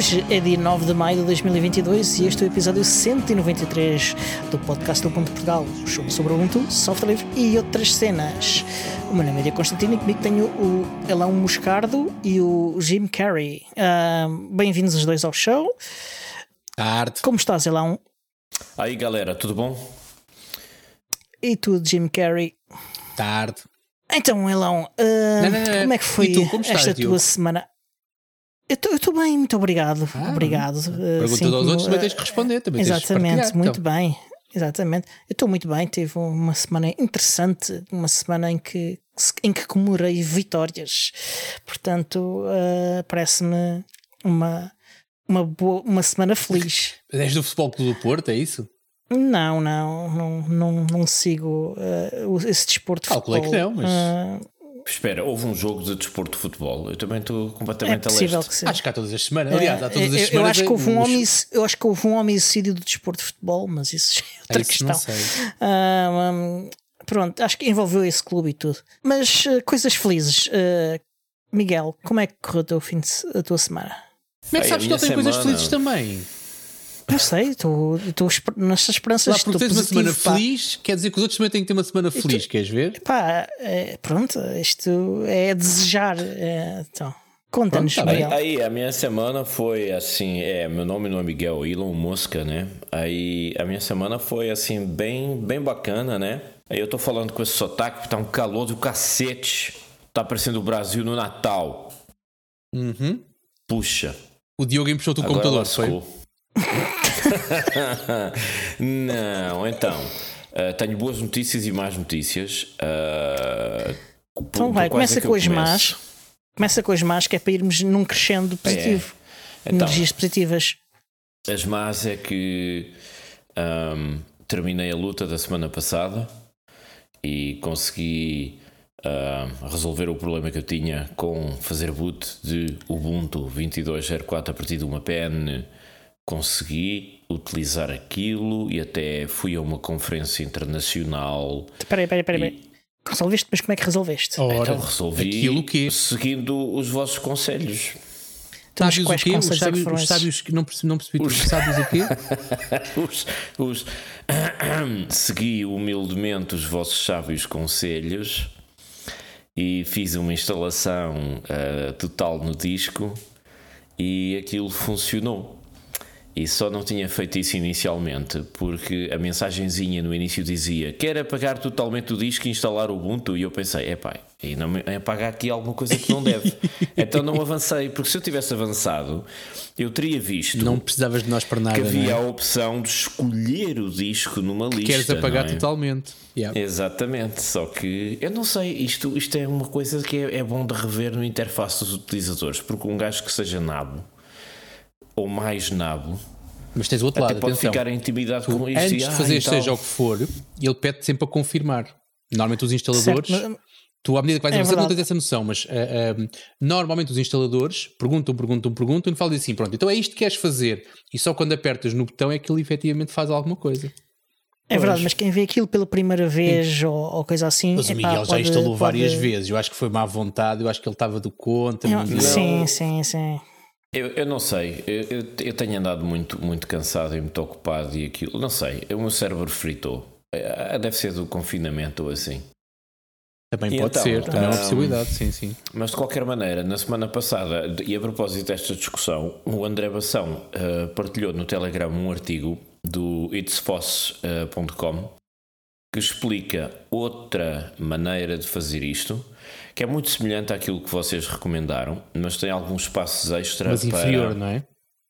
Hoje é dia 9 de maio de 2022 e este é o episódio 193 do podcast do Ponto Portugal, o show sobre o Ubuntu, software livre e outras cenas. O meu nome é Diego Constantino e comigo tenho o Elão Moscardo e o Jim Carrey. Bem-vindos os dois ao show. Tarde. Como estás, Elão? Aí galera, tudo bom? E tu, Jim Carrey? Tarde. Então, Elão, como é que foi esta tua semana? Eu estou bem, muito obrigado. Obrigado. Pergunta aos outros, também tens que responder. Também exatamente, tens que muito então. bem. Exatamente. Eu estou muito bem. Tive uma semana interessante, uma semana em que comemorei vitórias. Portanto, parece-me uma semana feliz. És do Futebol Clube do Porto, é isso? Não sigo esse desporto de futebol. Calculei que não, mas... Espera, houve um jogo de desporto de futebol. Eu também estou completamente é possível a leste. que sim. Acho que há todas as semanas. Aliás, há todas as semanas. Eu acho que houve um homicídio do desporto de futebol, mas isso é outra questão. Não sei. Pronto, acho que envolveu esse clube e tudo. Mas coisas felizes. Miguel, como é que correu a tua semana? Como é que sabes que ele tem coisas felizes também? Não sei, estou nas esperanças. Lá porque tens uma semana feliz, quer dizer que os outros também têm que ter uma semana feliz, queres ver? Pá, pronto, isto é desejar. Então, conta-nos, Miguel. Aí, a minha semana foi assim, meu nome não é Miguel, Elon Mosca, né? Aí, a minha semana foi assim, bem bacana, né? Aí eu tô falando com esse sotaque, porque tá um calor do cacete. Tá parecendo o Brasil no Natal. Uhum. Puxa. O Diogo emprestou-te o computador, foi? Não, então tenho boas notícias e más notícias. Então vai, começa com as más. Começa com as más, que é para irmos num crescendo positivo. Então, energias positivas. As más é que terminei a luta da semana passada e consegui resolver o problema que eu tinha com fazer boot de Ubuntu 22.04 a partir de uma PN. Consegui utilizar aquilo e até fui a uma conferência internacional. Espera aí. Resolveste, mas como é que resolveste? Então resolvi aquilo que... seguindo os vossos conselhos. Sábios o quê? Os sábios que não percebi. Os sábios o quê? Segui humildemente os vossos sábios conselhos e fiz uma instalação total no disco e aquilo funcionou. E só não tinha feito isso inicialmente porque a mensagenzinha no início dizia: quer apagar totalmente o disco e instalar o Ubuntu? E eu pensei, e não apagar aqui alguma coisa que não deve. Então não avancei, porque se eu tivesse avançado eu teria visto, não precisavas de nós para nada, que havia a opção de escolher o disco numa lista. Queres apagar totalmente. Yeah. Exatamente, só que eu não sei, isto é uma coisa que é bom de rever no interface dos utilizadores, porque um gajo que seja nabo ou mais nabo, mas tens o outro até lado, pode atenção, ficar intimidado com isto. Antes de fazer seja o que for, ele pede sempre a confirmar. Normalmente os instaladores, certo, tu à medida que vais avançando não tens essa noção, mas normalmente os instaladores perguntam e não falam assim, pronto, então é isto que queres fazer, e só quando apertas no botão é que ele efetivamente faz alguma coisa. É verdade, mas quem vê aquilo pela primeira vez ou coisa assim... Mas o Miguel já instalou várias vezes, eu acho que foi má vontade, eu acho que ele estava do contra. Sim. Eu não sei, eu tenho andado muito cansado e muito ocupado e aquilo, não sei, o meu cérebro fritou. Deve ser do confinamento ou assim. Também pode ser, também é uma possibilidade, sim. Mas de qualquer maneira, na semana passada, e a propósito desta discussão, o André Bação partilhou no Telegram um artigo do itsfoss.com que explica outra maneira de fazer isto, que é muito semelhante àquilo que vocês recomendaram, mas tem alguns passos extra. Mas inferior, não é?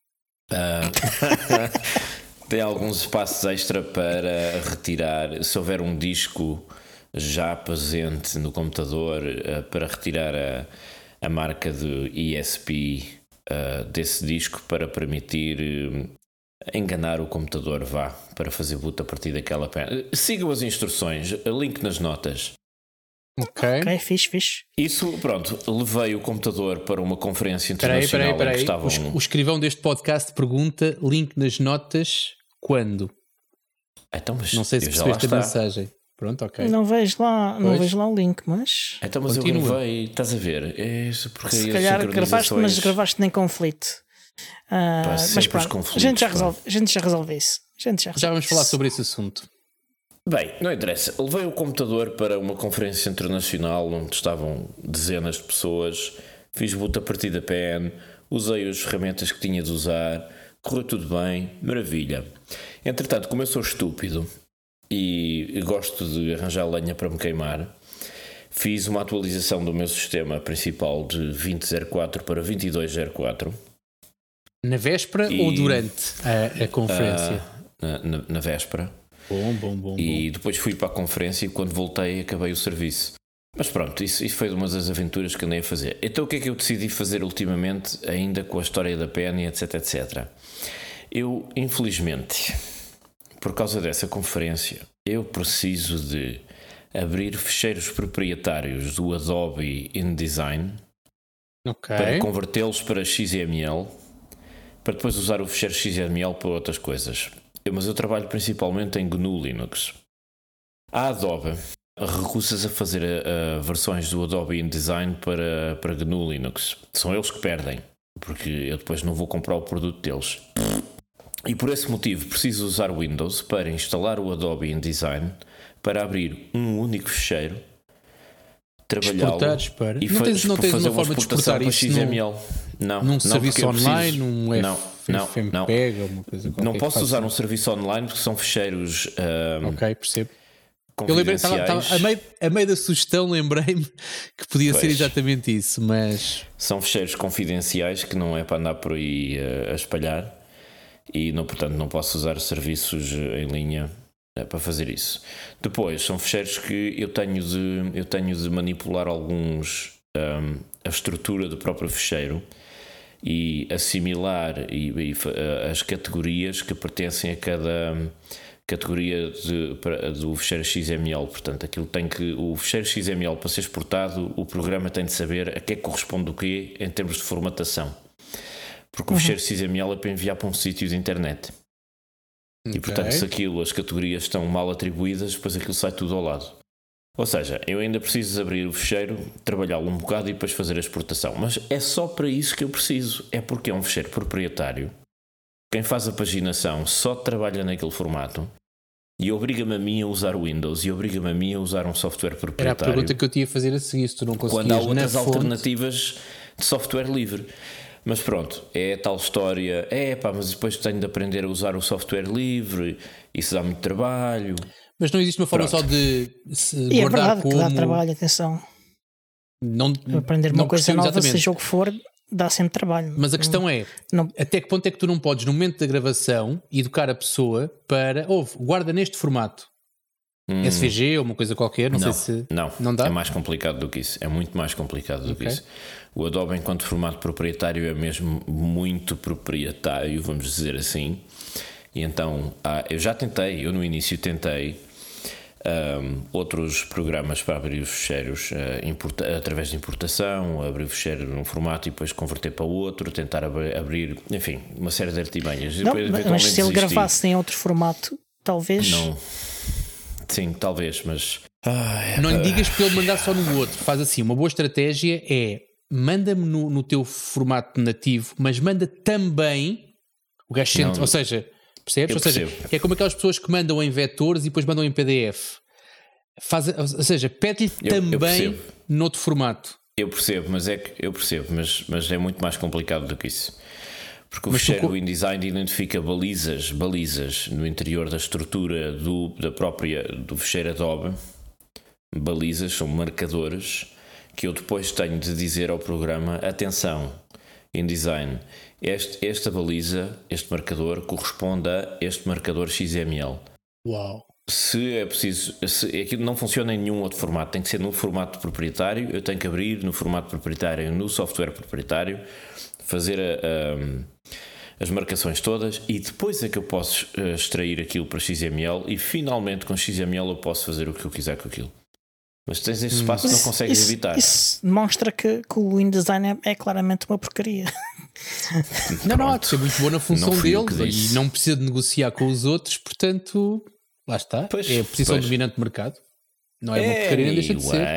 Tem alguns espaços extra para retirar, se houver um disco já presente no computador, para retirar a marca de ESP desse disco, para permitir enganar o computador, para fazer boot a partir daquela pena. Sigam as instruções, link nas notas. Ok, fixe. Isso, pronto, levei o computador para uma conferência internacional. Peraí. O escrivão deste podcast pergunta: link nas notas quando? Então, mas não sei se percebeste a mensagem. Pronto, ok. Não vejo lá o link, mas... Então, mas continua. Eu gravei, estás a ver? É porque se calhar gravaste, mas gravaste em conflito. Mas pronto, a gente já resolve isso. Já vamos falar sobre esse assunto. Bem, não interessa. Levei o computador para uma conferência internacional onde estavam dezenas de pessoas. Fiz boot a partir da PN, usei as ferramentas que tinha de usar, correu tudo bem, maravilha. Entretanto, como eu sou estúpido e gosto de arranjar lenha para me queimar, fiz uma atualização do meu sistema principal de 20.04 para 22.04. Na véspera ou durante a conferência? Na véspera. Bom. E depois fui para a conferência e quando voltei acabei o serviço. Mas pronto, isso foi uma das aventuras que andei a fazer. Então o que é que eu decidi fazer ultimamente, ainda com a história da PN, etc. Eu, infelizmente, por causa dessa conferência, eu preciso de abrir ficheiros proprietários do Adobe InDesign para convertê-los para XML, para depois usar o ficheiro XML para outras coisas. Mas eu trabalho principalmente em GNU Linux. A Adobe recusa-se a fazer versões do Adobe InDesign para GNU Linux. São eles que perdem, porque eu depois não vou comprar o produto deles. E por esse motivo preciso usar o Windows para instalar o Adobe InDesign, para abrir um único ficheiro, trabalhá-lo e não tens fazer uma forma de exportar para isso XML. Num serviço online, num FMPEG ou uma coisa qualquer. Não posso usar um serviço online porque são ficheiros percebo. Eu lembrei, a meio da sugestão, lembrei-me que podia ser exatamente isso, mas são ficheiros confidenciais que não é para andar por aí a espalhar e portanto não posso usar serviços em linha para fazer isso. Depois são ficheiros que eu tenho de manipular a estrutura do próprio ficheiro e assimilar as categorias que pertencem a cada categoria do ficheiro XML. Portanto, o ficheiro XML, para ser exportado, o programa tem de saber a que é que corresponde o quê em termos de formatação, porque o ficheiro XML é para enviar para um sítio de internet. E portanto, se as categorias estão mal atribuídas, depois aquilo sai tudo ao lado. Ou seja, eu ainda preciso abrir o ficheiro, trabalhá-lo um bocado e depois fazer a exportação. Mas é só para isso que eu preciso. É porque é um ficheiro proprietário. Quem faz a paginação só trabalha naquele formato e obriga-me a mim a usar o Windows e obriga-me a mim a usar um software proprietário. Era a pergunta que eu tinha a fazer a seguir, se tu não conseguias. Quando há outras alternativas de software livre. Mas pronto, é a tal história, mas depois tenho de aprender a usar o software livre, isso dá muito trabalho. Mas não existe uma forma só de e guardar é verdade que dá trabalho, atenção. Aprender uma coisa nova, exatamente. Seja o que for, dá sempre trabalho. Mas a questão é, até que ponto é que tu não podes, no momento da gravação, educar a pessoa para, guarda neste formato. SVG ou uma coisa qualquer, não sei se... Não dá? É mais complicado do que isso, é muito mais complicado do que isso. O Adobe, enquanto formato proprietário, é mesmo muito proprietário, vamos dizer assim. E então, eu no início tentei outros programas para abrir os ficheiros através de importação, abrir o ficheiro num formato e depois converter para outro, tentar abrir, enfim, uma série de artimanhas. Mas se ele gravasse em outro formato, talvez... Não. Sim, talvez, mas... Não lhe digas para ele mandar só no outro. Faz assim, uma boa estratégia é manda-me no teu formato nativo, mas manda também o gajo sente, ou seja, percebes? Ou seja, é como aquelas pessoas que mandam em vetores e depois mandam em PDF. Ou seja, pede-lhe também noutro formato. Eu percebo, mas é muito mais complicado do que isso. Porque o ficheiro InDesign identifica balizas no interior da estrutura do ficheiro Adobe. Balizas são marcadores que eu depois tenho de dizer ao programa: atenção, InDesign, esta baliza, este marcador, corresponde a este marcador XML. Uau! Se é preciso, aquilo não funciona em nenhum outro formato, tem que ser no formato proprietário. Eu tenho que abrir no formato proprietário, no software proprietário, fazer as marcações todas e depois é que eu posso extrair aquilo para XML e finalmente com XML eu posso fazer o que eu quiser com aquilo. Mas tens esse espaço que não consegues evitar. Isso demonstra que o InDesign é claramente uma porcaria. Não, há de ser muito boa na função dele e não precisa de negociar com os outros, portanto, lá está. É a posição dominante do mercado. Não é uma porcaria, nem deixa de ser.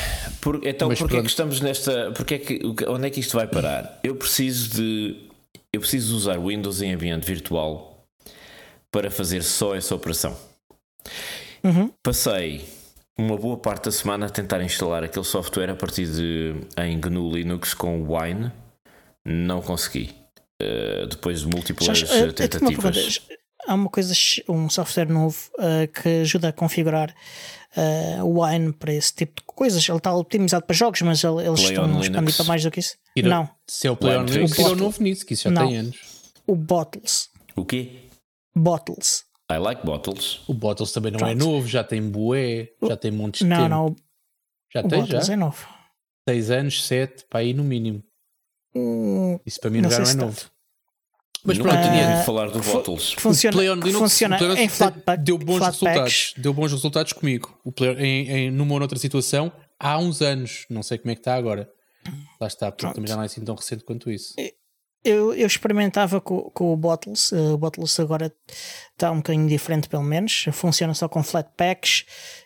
Então, porque é que estamos nesta... Onde é que isto vai parar? Eu eu preciso usar o Windows em ambiente virtual para fazer só essa operação. Passei uma boa parte da semana a tentar instalar aquele software a partir em GNU Linux com o Wine. Não consegui. Depois de múltiplas tentativas. Há um software novo que ajuda a configurar o Wine para esse tipo de coisas. Ele está otimizado para jogos, mas eles estão a expandir para mais do que isso. Não. Se é o Play on Linux, virou novo nisso, que isso já tem anos. O Bottles. O quê? Bottles. I like Bottles. O Bottles também não é novo, já tem bué, já tem montes de tempo. Não. Já o tem, Bottles é novo. 6 anos, 7, para aí no mínimo. Isso para mim já não é novo. Mas pronto, tinha de falar do Bottles. Funciona, o Play on Linux, funciona em Flatpak. Deu bons resultados. Deu bons resultados comigo. O Play, numa ou noutra situação, há uns anos. Não sei como é que está agora. Lá está, porque também já não é assim tão recente quanto isso. Eu experimentava com o Bottles. O Bottles agora está um bocadinho diferente, pelo menos. Funciona só com Flatpaks.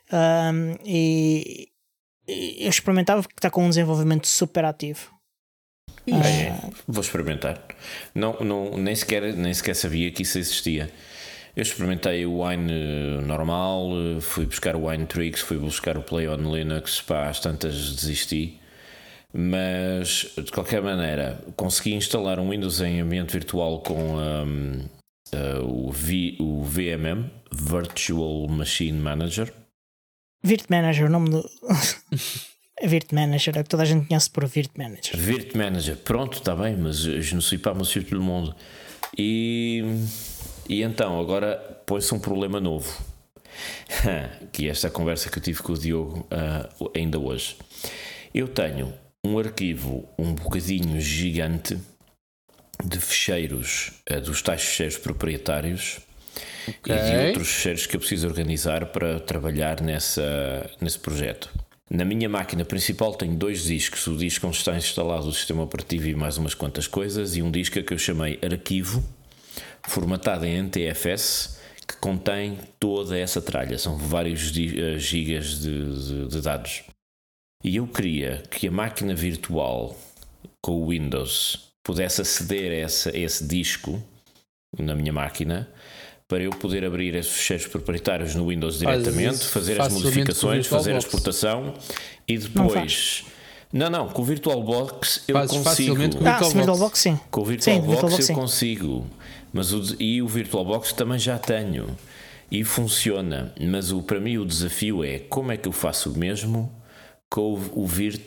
E eu experimentava porque está com um desenvolvimento super ativo. Vou experimentar. Nem sequer sabia que isso existia. Eu experimentei o Wine normal, fui buscar o Wine Tricks, fui buscar o Play on Linux, às tantas desisti. Mas de qualquer maneira consegui instalar um Windows em ambiente virtual com o VMM, Virtual Machine Manager. Virt Manager, o nome do Virt Manager, é que toda a gente conhece por Virt Manager. Virt Manager, pronto, está bem, mas je ne suis pas monsieur tout le monde. E então agora põe-se um problema novo, que é esta conversa que eu tive com o Diogo ainda hoje. Eu tenho um arquivo um bocadinho gigante de ficheiros, dos tais ficheiros proprietários, e de outros ficheiros que eu preciso organizar para trabalhar nesse projeto. Na minha máquina principal tenho 2 discos, o disco onde está instalado o sistema operativo e mais umas quantas coisas, e um disco que eu chamei arquivo, formatado em NTFS, que contém toda essa tralha, são vários gigas de dados. E eu queria que a máquina virtual com o Windows pudesse aceder a esse disco na minha máquina, para eu poder abrir esses ficheiros proprietários no Windows diretamente, fazer as modificações, fazer a exportação e depois... Não, com o VirtualBox eu consigo. Facilmente com o VirtualBox, sim. Com o VirtualBox eu consigo. Mas o VirtualBox também já tenho. E funciona. Mas para mim o desafio é como é que eu faço o mesmo com o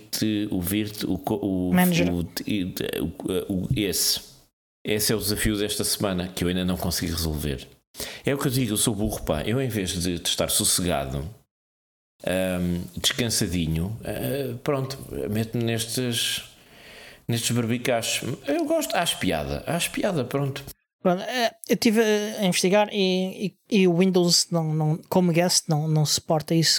Manager. Esse é o desafio desta semana que eu ainda não consigo resolver. É o que eu digo, eu sou burro, pá. Eu, em vez de estar sossegado, descansadinho, pronto, meto-me nestes barbicachos. Eu gosto, acho piada, pronto. Eu estive a investigar e o Windows, como guest, não suporta isso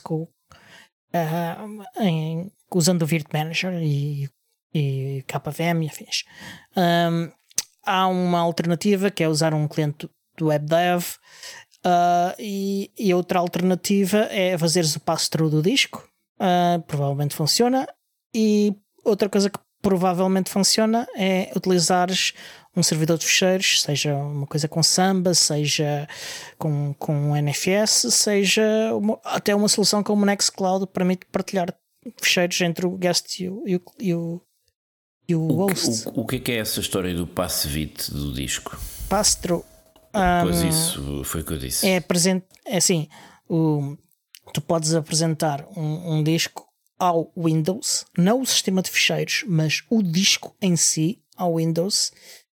usando o Virt Manager e KVM e afins. Há uma alternativa que é usar um cliente do WebDev, e outra alternativa é fazeres o pass-through do disco. Provavelmente funciona. E outra coisa que provavelmente funciona é utilizares um servidor de ficheiros, seja uma coisa com Samba, seja com NFS, seja até uma solução como o Nextcloud permite partilhar ficheiros entre o guest e o host. O que é essa história do pass-vit do disco? Pass-through. Pois isso foi o que eu disse. É assim, tu podes apresentar um disco ao Windows, não o sistema de ficheiros, mas o disco em si ao Windows,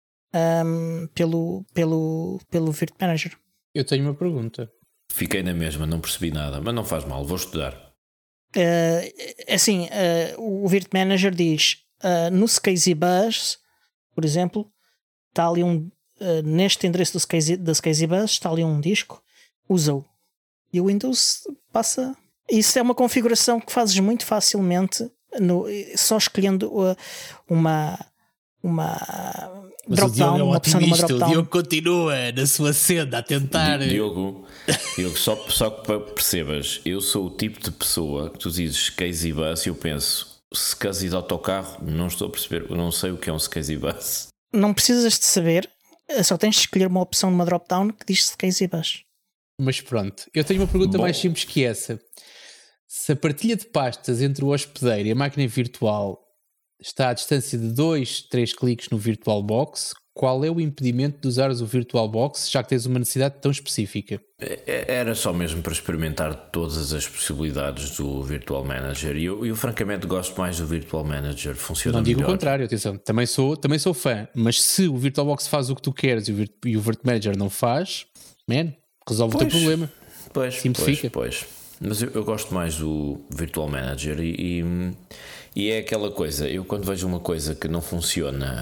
pelo Virt Manager. Eu tenho uma pergunta. Fiquei na mesma, não percebi nada, mas não faz mal, vou estudar. O Virt Manager diz no SCSI-Bus, por exemplo, está ali neste endereço da SCSI-Bus está ali um disco, usa-o e o Windows passa. Isso é uma configuração que fazes muito facilmente só escolhendo uma drop-down, uma opção numa drop-down. O Diogo continua na sua senda a tentar. Diogo, só para percebas, eu sou o tipo de pessoa que tu dizes SCSI-Bus e eu penso SCSI de autocarro, não estou a perceber, eu não sei o que é um SCSI-Bus. Não precisas de saber, só tens de escolher uma opção numa drop-down que diz se queres ir abaixo. Mas pronto, eu tenho uma pergunta mais simples que essa. Se a partilha de pastas entre o hospedeiro e a máquina virtual está à distância de 2, 3 cliques no VirtualBox, qual é o impedimento de usares o VirtualBox, já que tens uma necessidade tão específica? Era só mesmo para experimentar todas as possibilidades do Virtual Manager e eu francamente gosto mais do Virtual Manager, funciona melhor. Não digo o contrário, atenção, também sou fã, mas se o VirtualBox faz o que tu queres e o Virt Manager não faz, resolve o teu problema. Simplifica. Pois. Mas eu gosto mais do Virtual Manager e é aquela coisa, eu quando vejo uma coisa que não funciona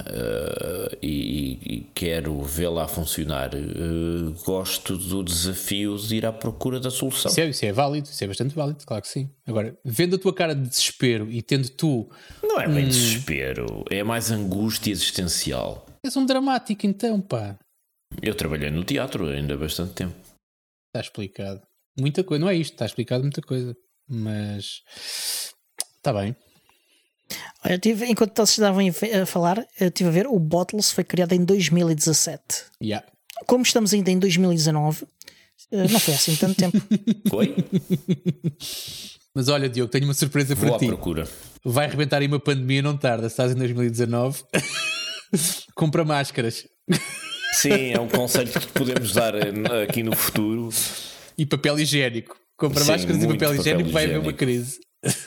e quero vê-la funcionar, gosto do desafio de ir à procura da solução. Isso é válido, isso é bastante válido, claro que sim. Agora, vendo a tua cara de desespero e tendo tu... Não é bem desespero, é mais angústia existencial. És um dramático então, pá. Eu trabalhei no teatro ainda há bastante tempo. Está explicado. Muita coisa, não é isto, está explicado muita coisa, mas está bem. Olha, enquanto vocês estavam a falar, eu estive a ver, o Bottles foi criado em 2017. Yeah. Como estamos ainda em 2019, não foi assim tanto tempo. Foi? Mas olha, Diogo, tenho uma surpresa para ti. Vou à procura. Vai arrebentar aí uma pandemia, não tarda, estás em 2019, compra máscaras. Sim, é um conselho que podemos dar aqui no futuro. E papel higiênico. Compra Sim, máscaras e papel higiênico, vai haver uma crise.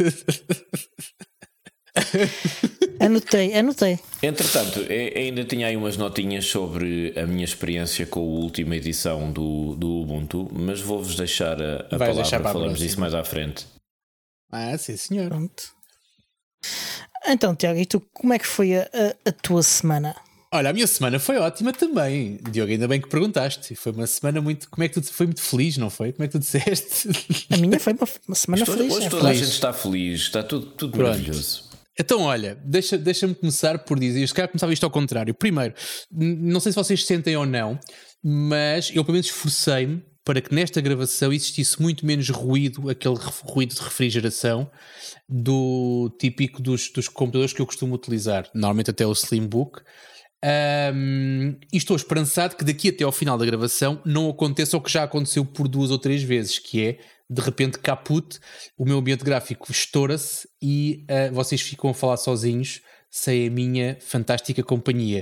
Anotei. Entretanto, ainda tinha aí umas notinhas sobre a minha experiência com a última edição do Ubuntu, mas vou-vos deixar a palavra, falamos disso mais à frente. Sim senhor. Pronto. Então, Tiago, e tu, como é que foi a tua semana? Olha, a minha semana foi ótima também, Diogo, ainda bem que perguntaste. Foi uma semana muito... Como é que tu foi muito feliz, não foi? Como é que tu disseste? A minha foi uma semana feliz. Hoje toda a gente está feliz, está tudo maravilhoso. Então, olha, deixa-me começar por dizer, se calhar começava isto ao contrário. Primeiro, não sei se vocês sentem ou não, mas eu pelo menos esforcei-me para que nesta gravação existisse muito menos ruído, aquele ruído de refrigeração do típico dos computadores que eu costumo utilizar, normalmente até o Slimbook. E estou esperançado que daqui até ao final da gravação não aconteça o que já aconteceu por 2 ou 3 vezes, que é, de repente, caput, o meu ambiente gráfico estoura-se e vocês ficam a falar sozinhos sem a minha fantástica companhia.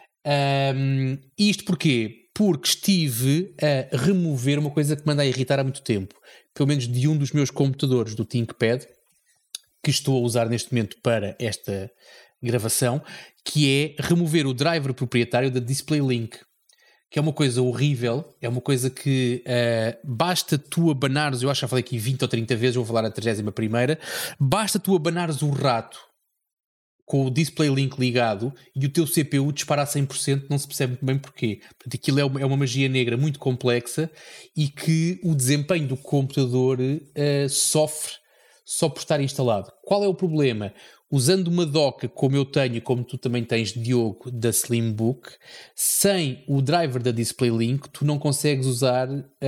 Isto porquê? Porque estive a remover uma coisa que me anda a irritar há muito tempo, pelo menos de um dos meus computadores do ThinkPad, que estou a usar neste momento para esta gravação, que é remover o driver proprietário da DisplayLink, que é uma coisa horrível, é uma coisa que basta tu abanares, eu acho que já falei aqui 20 ou 30 vezes, vou falar a 31ª, basta tu abanares o rato com o DisplayLink ligado e o teu CPU dispara a 100%, não se percebe muito bem porquê. Portanto, aquilo é uma magia negra muito complexa e que o desempenho do computador sofre só por estar instalado. Qual é o problema? Usando uma doca como eu tenho, como tu também tens, Diogo, da Slimbook, sem o driver da DisplayLink, tu não consegues usar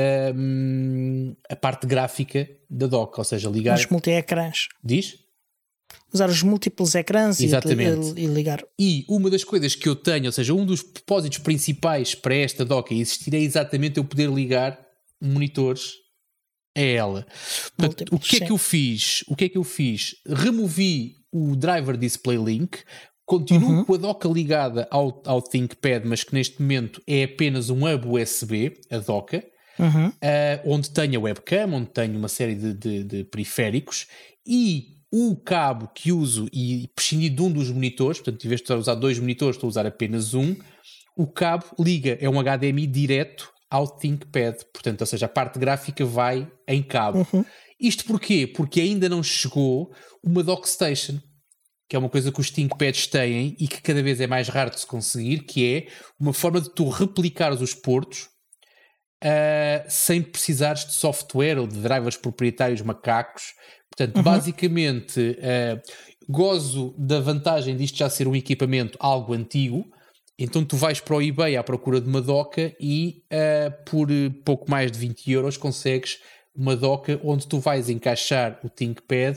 a parte gráfica da doca, ou seja, ligar... Os multi-ecrãs. Diz? Usar os múltiplos ecrãs e ligar. E uma das coisas que eu tenho, ou seja, um dos propósitos principais para esta doca existir é exatamente eu poder ligar monitores a ela. Portanto, o que é que eu fiz? Removi o driver DisplayLink, continuo com a doca ligada ao ThinkPad, mas que neste momento é apenas um hub USB, a doca, onde tenho a webcam, onde tenho uma série de periféricos, e o cabo que uso e prescindi de um dos monitores, portanto, em vez de estar a usar 2 monitores, estou a usar apenas um, o cabo liga, é um HDMI direto ao ThinkPad, portanto, ou seja, a parte gráfica vai em cabo. Isto porquê? Porque ainda não chegou uma DockStation, que é uma coisa que os ThinkPads têm e que cada vez é mais raro de se conseguir, que é uma forma de tu replicares os portos sem precisares de software ou de drivers proprietários macacos. Portanto, basicamente, gozo da vantagem disto já ser um equipamento algo antigo. Então tu vais para o eBay à procura de uma doca e por pouco mais de 20€ consegues uma doca onde tu vais encaixar o ThinkPad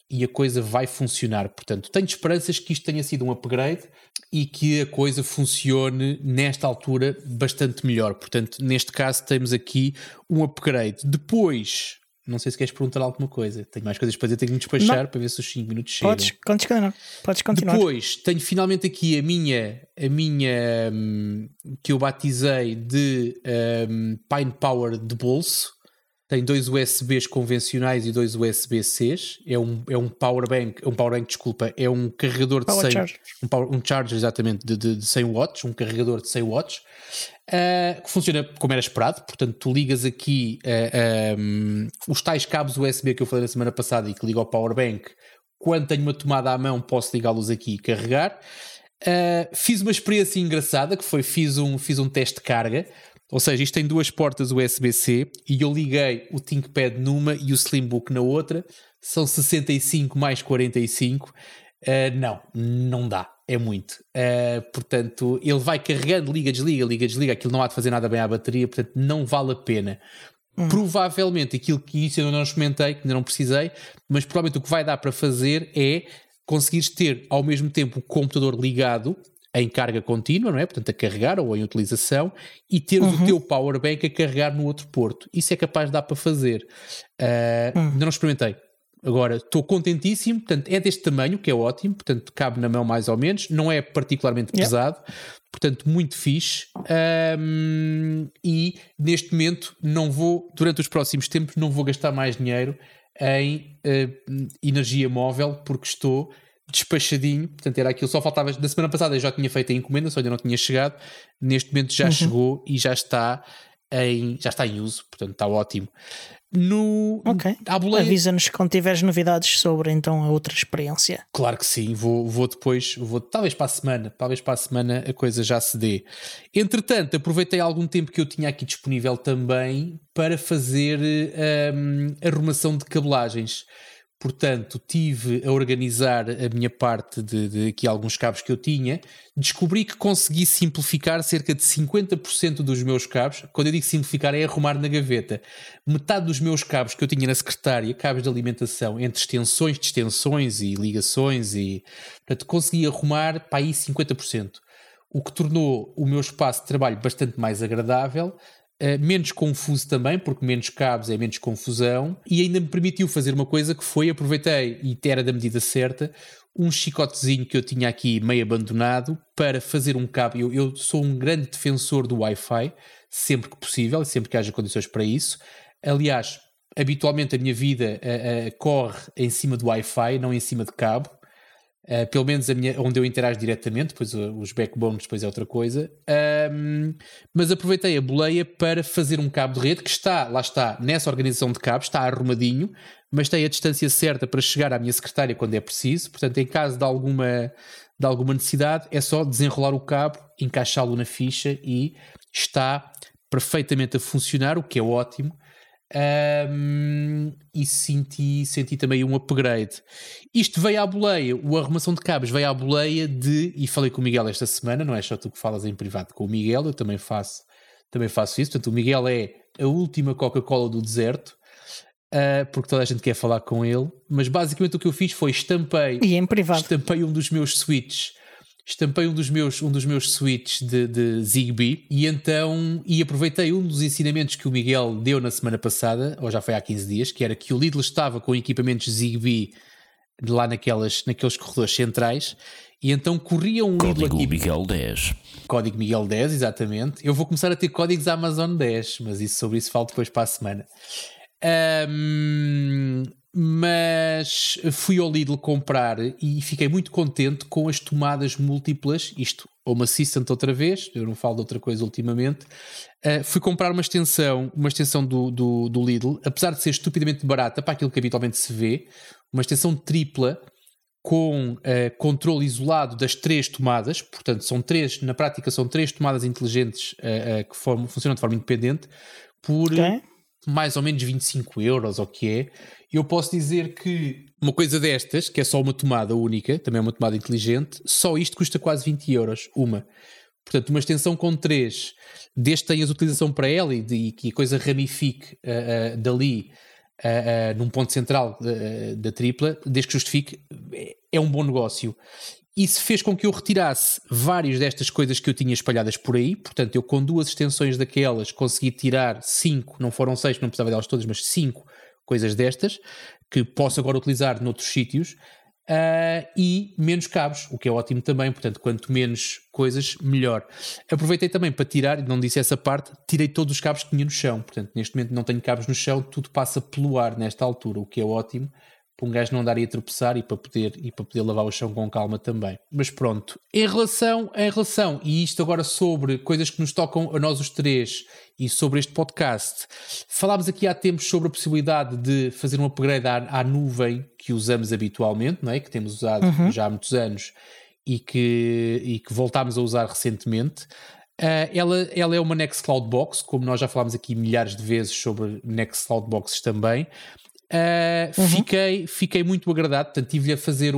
e a coisa vai funcionar. Portanto, tenho esperanças que isto tenha sido um upgrade e que a coisa funcione nesta altura bastante melhor. Portanto, neste caso temos aqui um upgrade. Depois, não sei se queres perguntar alguma coisa. Tenho mais coisas para dizer, tenho que me despachar para ver se os 5 minutos chegam. Podes continuar. Depois, tenho finalmente aqui a minha que eu batizei de Pine Power de bolso. Tem 2 USBs convencionais e 2 USB-Cs. É um powerbank, desculpa, é um carregador de 100 charger. Um charger exatamente de 100 watts, um carregador de 100 watts, que funciona como era esperado. Portanto, tu ligas aqui os tais cabos USB que eu falei na semana passada e que liga ao powerbank. Quando tenho uma tomada à mão, posso ligá-los aqui e carregar. Fiz uma experiência engraçada, que foi, fiz um teste de carga. Ou seja, isto tem 2 portas USB-C e eu liguei o ThinkPad numa e o Slimbook na outra. São 65 mais 45. Não dá. É muito. Portanto, ele vai carregando, liga, desliga. Aquilo não há de fazer nada bem à bateria, portanto, não vale a pena. Provavelmente, aquilo que isso eu não experimentei, que ainda não precisei, mas provavelmente o que vai dar para fazer é conseguires ter ao mesmo tempo o computador ligado em carga contínua, não é? Portanto, a carregar ou em utilização, e teres o teu powerbank a carregar no outro porto. Isso é capaz de dar para fazer. Ainda não experimentei. Agora, estou contentíssimo. Portanto, é deste tamanho, que é ótimo. Portanto, cabe na mão mais ou menos. Não é particularmente pesado. Portanto, muito fixe. E neste momento durante os próximos tempos, não vou gastar mais dinheiro em energia móvel, porque estou despachadinho. Portanto, era aquilo, só faltava. Da semana passada eu já tinha feito a encomenda, só ainda não tinha chegado. Neste momento já chegou e já está em uso. Portanto, está ótimo. Avisa-nos quando tiveres novidades sobre então a outra experiência. Claro que sim, vou depois, talvez para a semana a coisa já se dê. Entretanto, aproveitei algum tempo que eu tinha aqui disponível também para fazer arrumação de cabelagens. Portanto, tive a organizar a minha parte de aqui alguns cabos que eu tinha. Descobri que consegui simplificar cerca de 50% dos meus cabos. Quando eu digo simplificar, é arrumar na gaveta. Metade dos meus cabos que eu tinha na secretária, cabos de alimentação, entre extensões, distensões e ligações, portanto, consegui arrumar para aí 50%. O que tornou o meu espaço de trabalho bastante mais agradável. Menos confuso também, porque menos cabos é menos confusão, e ainda me permitiu fazer uma coisa que foi, aproveitei, e era da medida certa, um chicotezinho que eu tinha aqui meio abandonado para fazer um cabo. Eu sou um grande defensor do Wi-Fi, sempre que possível, sempre que haja condições para isso. Aliás, habitualmente a minha vida corre em cima do Wi-Fi, não em cima de cabo. Pelo menos onde eu interajo diretamente, depois os backbones depois é outra coisa, mas aproveitei a boleia para fazer um cabo de rede que lá está nessa organização de cabos, está arrumadinho, mas tem a distância certa para chegar à minha secretária quando é preciso. Portanto, em caso de alguma necessidade, é só desenrolar o cabo, encaixá-lo na ficha e está perfeitamente a funcionar, o que é ótimo. E senti também um upgrade. Isto veio à boleia, a arrumação de cabos veio à boleia e falei com o Miguel esta semana, não é só tu que falas em privado com o Miguel, eu também faço isso. Portanto, o Miguel é a última Coca-Cola do deserto, porque toda a gente quer falar com ele, mas basicamente o que eu fiz foi estampei um dos meus switches. Estampei um dos meus switches de Zigbee e aproveitei um dos ensinamentos que o Miguel deu na semana passada, ou já foi há 15 dias, que era que o Lidl estava com equipamentos Zigbee lá naqueles corredores centrais, e então corria um Lidl aqui. Código Miguel 10. Código Miguel 10, exatamente. Eu vou começar a ter códigos Amazon 10, mas sobre isso falo depois para a semana. Mas fui ao Lidl comprar e fiquei muito contente com as tomadas múltiplas, isto, Home Assistant outra vez, eu não falo de outra coisa ultimamente. Fui comprar uma extensão do Lidl, apesar de ser estupidamente barata para aquilo que habitualmente se vê, uma extensão tripla com controle isolado das 3 tomadas, portanto na prática são 3 tomadas inteligentes que funcionam de forma independente, por mais ou menos 25 euros, ou o que é. Eu posso dizer que uma coisa destas, que é só uma tomada única, também é uma tomada inteligente, só isto custa quase 20 euros, uma. Portanto, uma extensão com 3, desde que tenhas utilização para ela e que a coisa ramifique dali, num ponto central da tripla, desde que justifique, é um bom negócio. Isso fez com que eu retirasse várias destas coisas que eu tinha espalhadas por aí. Portanto, eu com 2 extensões daquelas consegui tirar 5, não foram 6, não precisava delas todas, mas 5 coisas destas, que posso agora utilizar noutros sítios, e menos cabos, o que é ótimo também. Portanto, quanto menos coisas, melhor. Aproveitei também para tirar, não disse essa parte, tirei todos os cabos que tinha no chão. Portanto, neste momento não tenho cabos no chão, tudo passa pelo ar nesta altura, o que é ótimo, para um gajo não andar a tropeçar e para poder lavar o chão com calma também. Mas pronto, em relação, e isto agora sobre coisas que nos tocam a nós os três e sobre este podcast, falámos aqui há tempos sobre a possibilidade de fazer um upgrade à nuvem que usamos habitualmente, não é? Que temos usado já há muitos anos e que voltámos a usar recentemente. Ela é uma Nextcloud Box, como nós já falámos aqui milhares de vezes sobre Nextcloud Boxes também. Fiquei muito agradado, portanto tive a fazer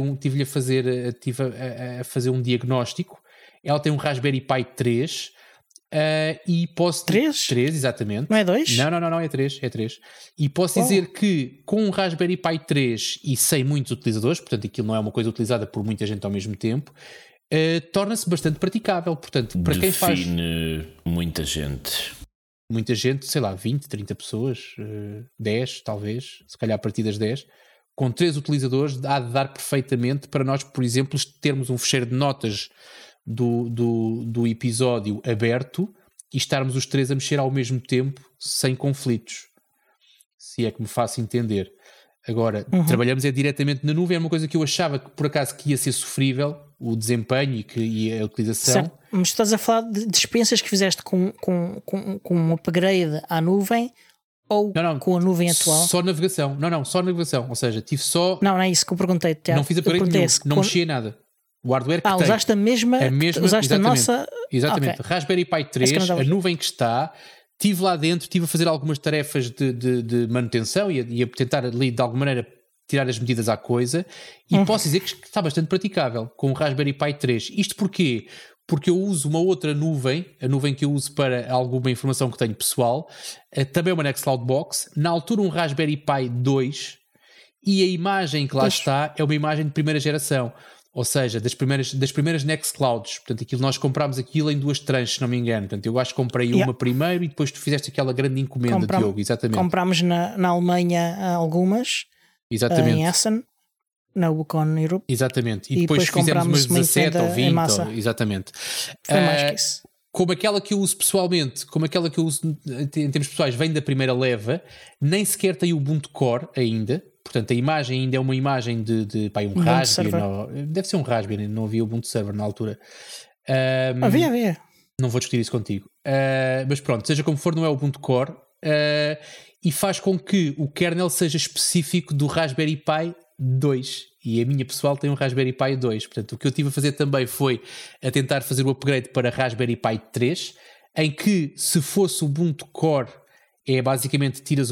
um diagnóstico. Ela tem um Raspberry Pi 3 e posso... 3? 3, exatamente. Não é 2? Não, é 3. E posso dizer que com um Raspberry Pi 3 e sem muitos utilizadores, portanto aquilo não é uma coisa utilizada por muita gente ao mesmo tempo, torna-se bastante praticável. Portanto, para quem faz... muita gente, sei lá, 20, 30 pessoas, 10 talvez, se calhar a partir das 10, com 3 utilizadores há de dar perfeitamente para nós, por exemplo, termos um fecheiro de notas do episódio aberto e estarmos os 3 a mexer ao mesmo tempo sem conflitos, se é que me faço entender. Agora, trabalhamos diretamente na nuvem, é uma coisa que eu achava que por acaso que ia ser sofrível, o desempenho e a utilização. Certo. Mas estás a falar de dispensas que fizeste com um upgrade à nuvem ou com a nuvem atual? Só navegação. Não, só navegação. Ou seja, tive só... Não é isso que eu perguntei. Não fiz upgrade nenhum, não mexi em nada. O hardware que tem. Usaste a mesma usaste a nossa... Exatamente. Okay. Raspberry Pi 3, a nuvem que está... Estive lá dentro, estive a fazer algumas tarefas de manutenção e a tentar ali de alguma maneira tirar as medidas à coisa e posso dizer que está bastante praticável com o Raspberry Pi 3. Isto porquê? Porque eu uso uma outra nuvem, a nuvem que eu uso para alguma informação que tenho pessoal, também uma Nextcloud Box, na altura um Raspberry Pi 2 e a imagem que lá está é uma imagem de primeira geração. Ou seja, das primeiras Nextclouds. Portanto, nós comprámos aquilo em 2 tranches, se não me engano. Portanto, eu acho que comprei uma primeiro e depois tu fizeste aquela grande encomenda, Diogo. Exatamente. Comprámos na Alemanha algumas. Exatamente. Em Essen, na Wacom Europe. Exatamente. E depois fizemos umas 17 ou 20. Exatamente. Foi mais que isso. Como aquela que eu uso pessoalmente, em termos pessoais, vem da primeira leva, nem sequer tem o Ubuntu Core ainda. Portanto, a imagem ainda é uma imagem de um Raspberry. Deve ser um Raspberry, não havia Ubuntu Server na altura. Havia. Não vou discutir isso contigo. Mas pronto, seja como for, não é o Ubuntu Core. E faz com que o kernel seja específico do Raspberry Pi 2. E a minha pessoal tem um Raspberry Pi 2. Portanto, o que eu tive a fazer também foi a tentar fazer o upgrade para Raspberry Pi 3, em que se fosse o Ubuntu Core, é basicamente tiras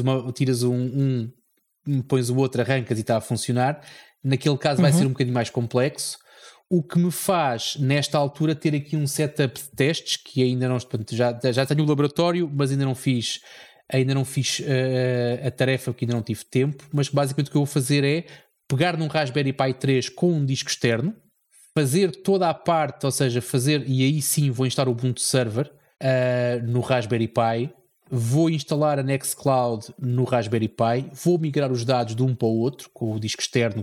pões o outro, arrancas e está a funcionar. Naquele caso vai ser um bocadinho mais complexo, o que me faz nesta altura ter aqui um setup de testes que ainda não, portanto, já tenho o laboratório, mas ainda não fiz a tarefa porque ainda não tive tempo, mas basicamente o que eu vou fazer é pegar num Raspberry Pi 3 com um disco externo, fazer toda a parte, ou seja, e aí sim vou instalar o Ubuntu Server no Raspberry Pi. Vou instalar a Nextcloud no Raspberry Pi, vou migrar os dados de um para o outro, com o disco externo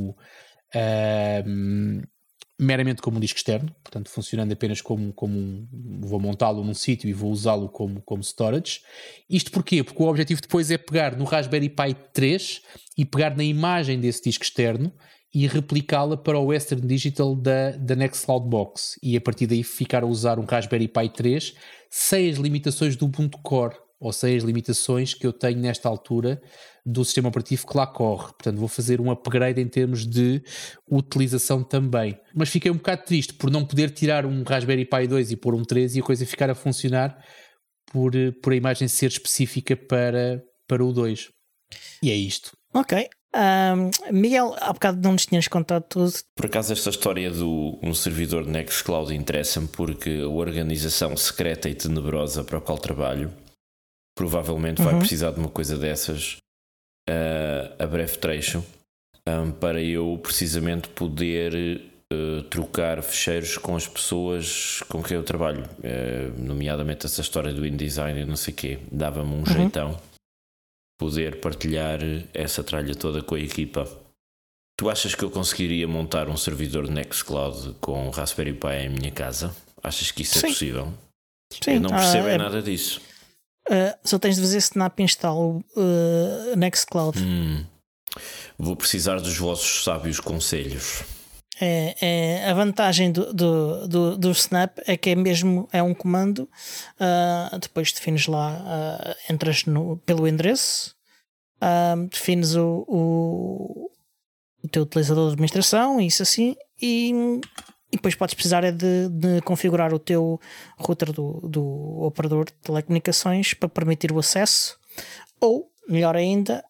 meramente como um disco externo, portanto funcionando apenas vou montá-lo num sítio e vou usá-lo como storage. Isto porquê? Porque o objetivo depois é pegar no Raspberry Pi 3 e pegar na imagem desse disco externo e replicá-la para o Western Digital da Nextcloud Box e a partir daí ficar a usar um Raspberry Pi 3 sem as limitações do Ubuntu Core, ou sem as limitações que eu tenho nesta altura do sistema operativo que lá corre. Portanto, vou fazer um upgrade em termos de utilização também. Mas fiquei um bocado triste por não poder tirar um Raspberry Pi 2 e pôr um 3 e a coisa ficar a funcionar por a imagem ser específica para o 2. E é isto. Ok. Miguel, há bocado não nos tinhas contado tudo. Por acaso esta história um servidor de Nextcloud interessa-me porque a organização secreta e tenebrosa para a qual trabalho provavelmente vai precisar de uma coisa dessas a breve trecho para eu precisamente poder trocar ficheiros com as pessoas com quem eu trabalho, nomeadamente essa história do InDesign e não sei o quê, dava-me um jeitão poder partilhar essa tralha toda com a equipa. Tu achas que eu conseguiria montar um servidor de Nextcloud com Raspberry Pi em minha casa? Achas que isso é possível? Sim. Eu não percebo nada disso. Só tens de fazer snap install Nextcloud. Vou precisar dos vossos sábios conselhos. A vantagem do Snap é que é um comando. Depois defines lá, entras pelo endereço, defines o teu utilizador de administração, isso assim, e depois podes precisar de configurar o teu router do operador de telecomunicações para permitir o acesso, ou melhor ainda,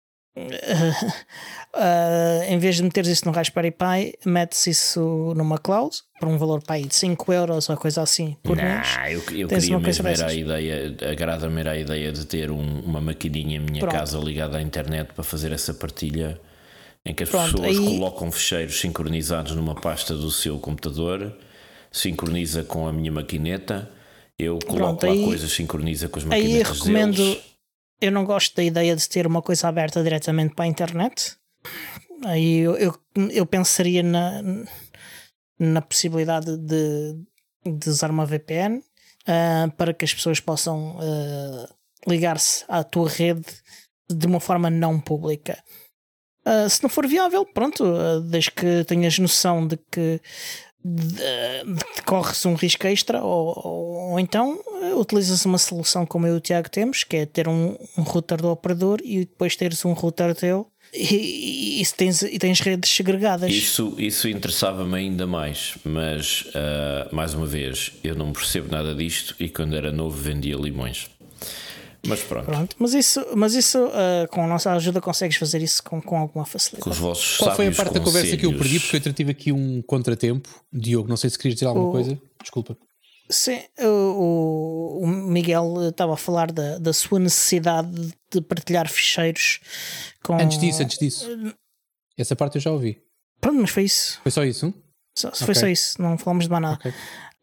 em vez de meteres isso no Raspberry Pi, metes isso numa cloud por um valor de 5 euros ou coisa assim por mês. Eu queria mesmo era a ideia, agrada-me a ideia de ter uma maquininha em minha casa ligada à internet para fazer essa partilha, em que as pessoas colocam ficheiros sincronizados numa pasta do seu computador, sincroniza com a minha maquineta, eu coloco lá coisas, sincroniza com as maquinetas deles. Eu não gosto da ideia de ter uma coisa aberta diretamente para a internet. Aí eu pensaria na possibilidade de usar uma VPN para que as pessoas possam ligar-se à tua rede de uma forma não pública. Se não for viável, pronto, desde que tenhas noção de que corre-se um risco extra, ou então utilizas uma solução como eu e o Tiago temos, que é ter um router do operador e depois teres um router teu e tens redes segregadas. Isso interessava-me ainda mais, mas mais uma vez, eu não percebo nada disto e quando era novo vendia limões. Mas pronto. Mas isso com a nossa ajuda consegues fazer isso com alguma facilidade. Com os vossos Qual foi a parte conselhos. da conversa que eu perdi? Porque eu tive aqui um contratempo. Diogo, não sei se querias dizer alguma coisa. Desculpa. Sim, o Miguel estava a falar da sua necessidade de partilhar ficheiros com... Antes disso. Essa parte eu já ouvi. Pronto, mas foi isso. Foi só isso? Foi só isso, não falamos de mais nada. Okay.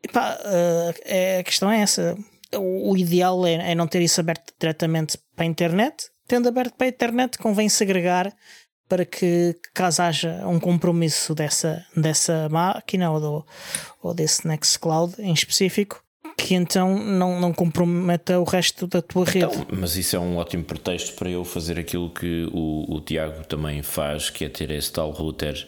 A questão é essa. O ideal é não ter isso aberto diretamente para a internet. Tendo aberto para a internet, convém segregar para que, caso haja um compromisso dessa máquina ou desse Nextcloud em específico, que então não comprometa o resto da tua rede. Mas isso é um ótimo pretexto para eu fazer aquilo que o Tiago também faz, que é ter esse tal router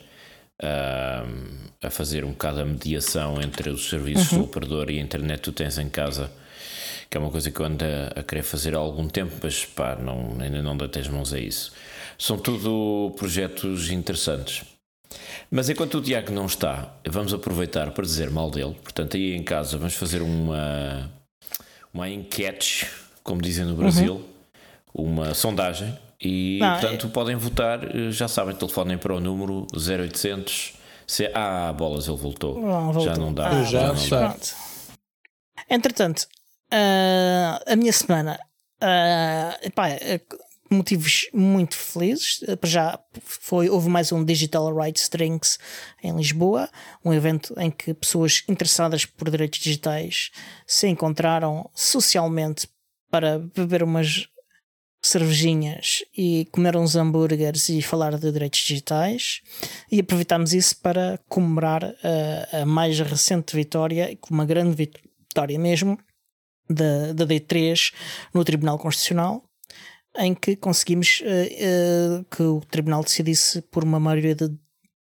a fazer um bocado a mediação entre os serviços do operador e a internet que tu tens em casa, que é uma coisa que eu ando a querer fazer há algum tempo, mas ainda não dei as mãos a isso. São tudo projetos interessantes. Mas enquanto o Tiago não está, vamos aproveitar para dizer mal dele. Portanto, aí em casa vamos fazer uma enquete, como dizem no Brasil, uma sondagem. E, portanto, podem votar, já sabem, telefonem para o número 0800. Bolas, ele voltou. Já não dá. Entretanto, a minha semana, motivos muito felizes. Já houve mais um Digital Rights Drinks em Lisboa, um evento em que pessoas interessadas por direitos digitais se encontraram socialmente para beber umas cervejinhas e comer uns hambúrgueres e falar de direitos digitais, e aproveitámos isso para comemorar a mais recente vitória, uma grande vitória mesmo, da D3 no Tribunal Constitucional, em que conseguimos que o Tribunal decidisse por uma maioria de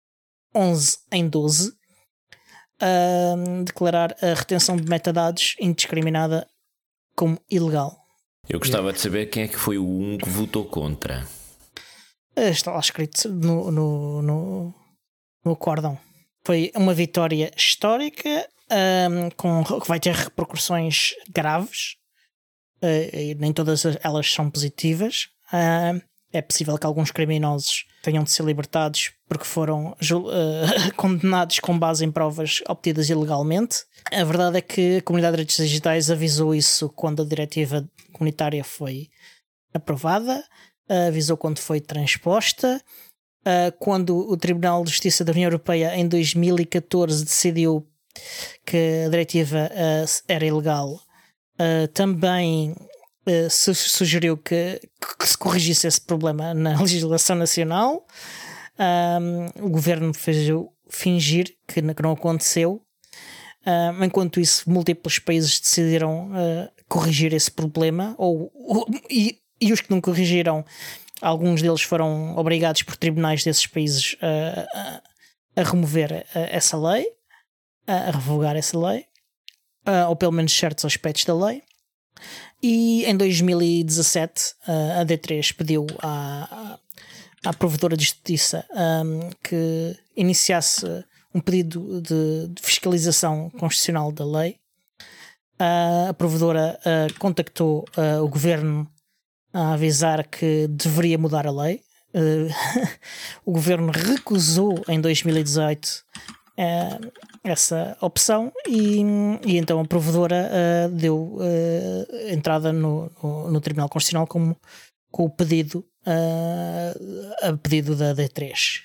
11-12 declarar a retenção de metadados indiscriminada como ilegal. Eu gostava de saber quem é que foi o que votou contra. Está lá escrito no acórdão. Foi uma vitória histórica, que vai ter repercussões graves, e nem todas elas são positivas. É possível que alguns criminosos tenham de ser libertados porque foram condenados com base em provas obtidas ilegalmente. A verdade é que a Comunidade de Direitos Digitais avisou isso quando a diretiva comunitária foi aprovada. avisou quando foi transposta. Quando o Tribunal de Justiça da União Europeia em 2014 decidiu que a diretiva era ilegal, também se sugeriu que se corrigisse esse problema na legislação nacional. O governo fez fingir que não aconteceu. Enquanto isso, múltiplos países decidiram corrigir esse problema, e os que não corrigiram, alguns deles foram obrigados por tribunais desses países a remover essa lei, a revogar essa lei, ou pelo menos certos aspectos da lei. E em 2017 a D3 pediu à Provedora de Justiça que iniciasse um pedido de fiscalização constitucional da lei. A Provedora contactou o governo a avisar que deveria mudar a lei. O governo recusou em 2018 essa opção e então a Provedora deu entrada no Tribunal Constitucional com o pedido a pedido da D3.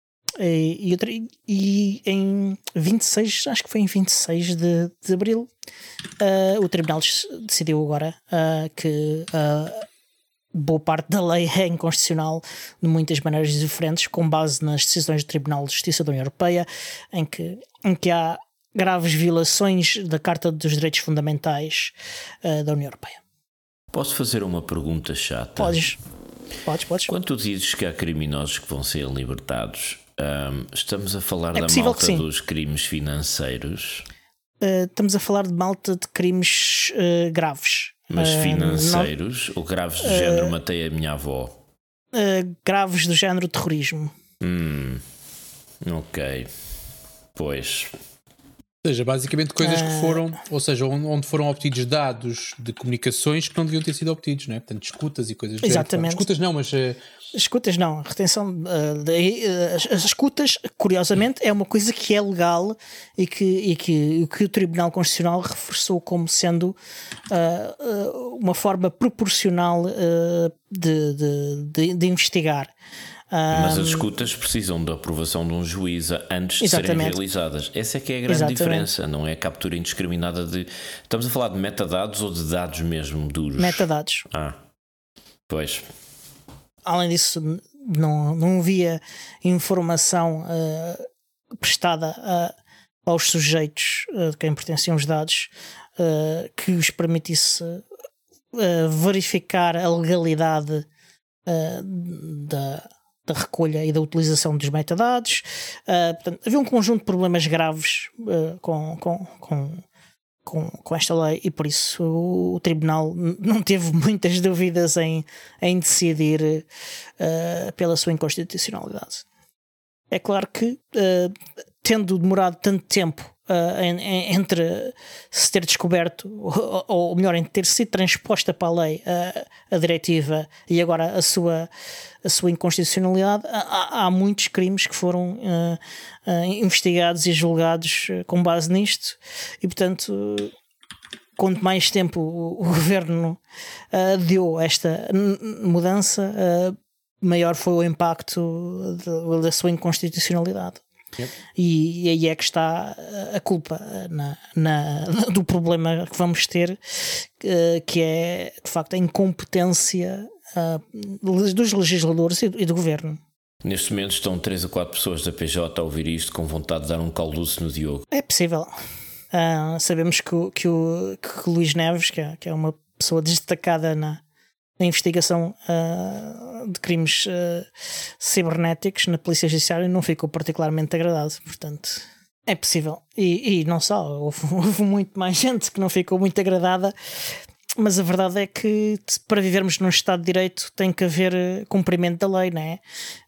E em 26, acho que foi em 26 de abril, o Tribunal decidiu agora que boa parte da lei é inconstitucional de muitas maneiras diferentes, com base nas decisões do Tribunal de Justiça da União Europeia, em que há graves violações da Carta dos Direitos Fundamentais da União Europeia. Posso fazer uma pergunta chata? Podes. Quando tu dizes que há criminosos que vão ser libertados, estamos a falar da possível malta dos crimes financeiros? Estamos a falar de malta de crimes graves. Mas financeiros ou graves do género matei a minha avó? Graves do género terrorismo. Ok. Pois. Ou seja, basicamente coisas que foram, ou seja, onde foram obtidos dados de comunicações que não deviam ter sido obtidos, não é? Portanto, escutas e coisas do Exatamente. género. Escutas não, mas... Escutas não, retenção as escutas, curiosamente, é uma coisa que é legal e que o Tribunal Constitucional reforçou como sendo uma forma proporcional de investigar. Mas as escutas precisam da aprovação de um juiz antes de serem realizadas. Essa é que é a grande diferença, não é a captura indiscriminada de... Estamos a falar de metadados ou de dados mesmo duros? Metadados. Pois. Além disso, não havia informação prestada aos sujeitos de quem pertenciam os dados que os permitisse verificar a legalidade da recolha e da utilização dos metadados. Portanto, havia um conjunto de problemas graves com esta lei, e por isso o Tribunal não teve muitas dúvidas em decidir pela sua inconstitucionalidade. É claro que, tendo demorado tanto tempo entre se ter descoberto, ou melhor, entre ter sido transposta para a lei a diretiva e agora a sua inconstitucionalidade, há muitos crimes que foram investigados e julgados com base nisto, e portanto, quanto mais tempo o governo deu esta mudança, maior foi o impacto da sua inconstitucionalidade. Yep. E aí é que está a culpa do problema que vamos ter, que é de facto a incompetência dos legisladores e do governo. Neste momento estão 3 ou 4 pessoas da PJ a ouvir isto com vontade de dar um calduço no Diogo. É possível. Sabemos que o Luís Neves, que é uma pessoa destacada na investigação de crimes cibernéticos na Polícia Judiciária, não ficou particularmente agradado. Portanto, é possível. E não só, houve muito mais gente que não ficou muito agradada, mas a verdade é que para vivermos num Estado de Direito tem que haver cumprimento da lei, não é?